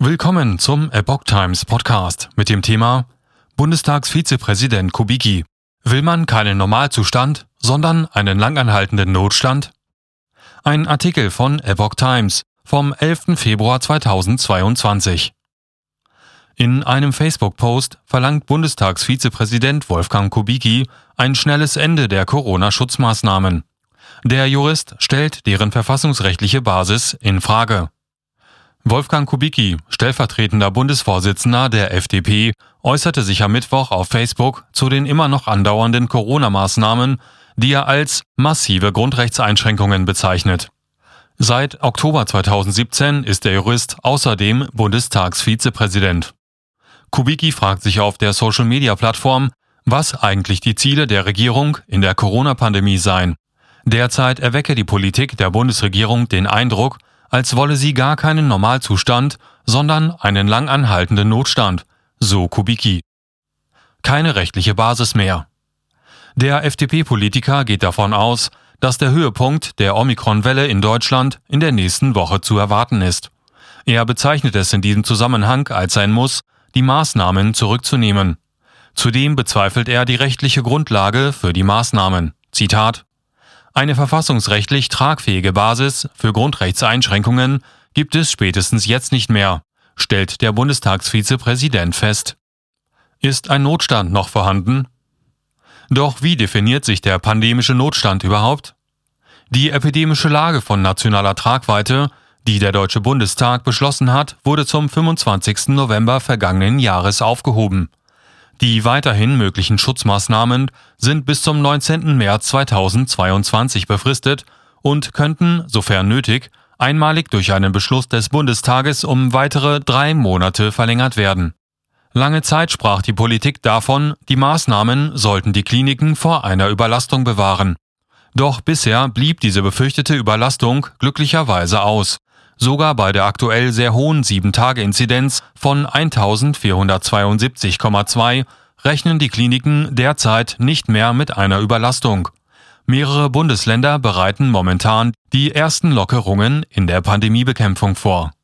Willkommen zum Epoch Times Podcast mit dem Thema Bundestagsvizepräsident Kubicki. Will man keinen Normalzustand, sondern einen langanhaltenden Notstand? Ein Artikel von Epoch Times vom 11. Februar 2022. In einem Facebook-Post verlangt Bundestagsvizepräsident Wolfgang Kubicki ein schnelles Ende der Corona-Schutzmaßnahmen. Der Jurist stellt deren verfassungsrechtliche Basis in Frage. Wolfgang Kubicki, stellvertretender Bundesvorsitzender der FDP, äußerte sich am Mittwoch auf Facebook zu den immer noch andauernden Corona-Maßnahmen, die er als massive Grundrechtseinschränkungen bezeichnet. Seit Oktober 2017 ist der Jurist außerdem Bundestagsvizepräsident. Kubicki fragt sich auf der Social-Media-Plattform, was eigentlich die Ziele der Regierung in der Corona-Pandemie seien. Derzeit erwecke die Politik der Bundesregierung den Eindruck, als wolle sie gar keinen Normalzustand, sondern einen lang anhaltenden Notstand, so Kubicki. Keine rechtliche Basis mehr. Der FDP-Politiker geht davon aus, dass der Höhepunkt der Omikron-Welle in Deutschland in der nächsten Woche zu erwarten ist. Er bezeichnet es in diesem Zusammenhang als ein Muss, die Maßnahmen zurückzunehmen. Zudem bezweifelt er die rechtliche Grundlage für die Maßnahmen. Zitat: Eine verfassungsrechtlich tragfähige Basis für Grundrechtseinschränkungen gibt es spätestens jetzt nicht mehr, stellt der Bundestagsvizepräsident fest. Ist ein Notstand noch vorhanden? Doch wie definiert sich der pandemische Notstand überhaupt? Die epidemische Lage von nationaler Tragweite, die der Deutsche Bundestag beschlossen hat, wurde zum 25. November vergangenen Jahres aufgehoben. Die weiterhin möglichen Schutzmaßnahmen sind bis zum 19. März 2022 befristet und könnten, sofern nötig, einmalig durch einen Beschluss des Bundestages um weitere 3 Monate verlängert werden. Lange Zeit sprach die Politik davon, die Maßnahmen sollten die Kliniken vor einer Überlastung bewahren. Doch bisher blieb diese befürchtete Überlastung glücklicherweise aus. Sogar bei der aktuell sehr hohen 7-Tage-Inzidenz von 1472,2 rechnen die Kliniken derzeit nicht mehr mit einer Überlastung. Mehrere Bundesländer bereiten momentan die ersten Lockerungen in der Pandemiebekämpfung vor.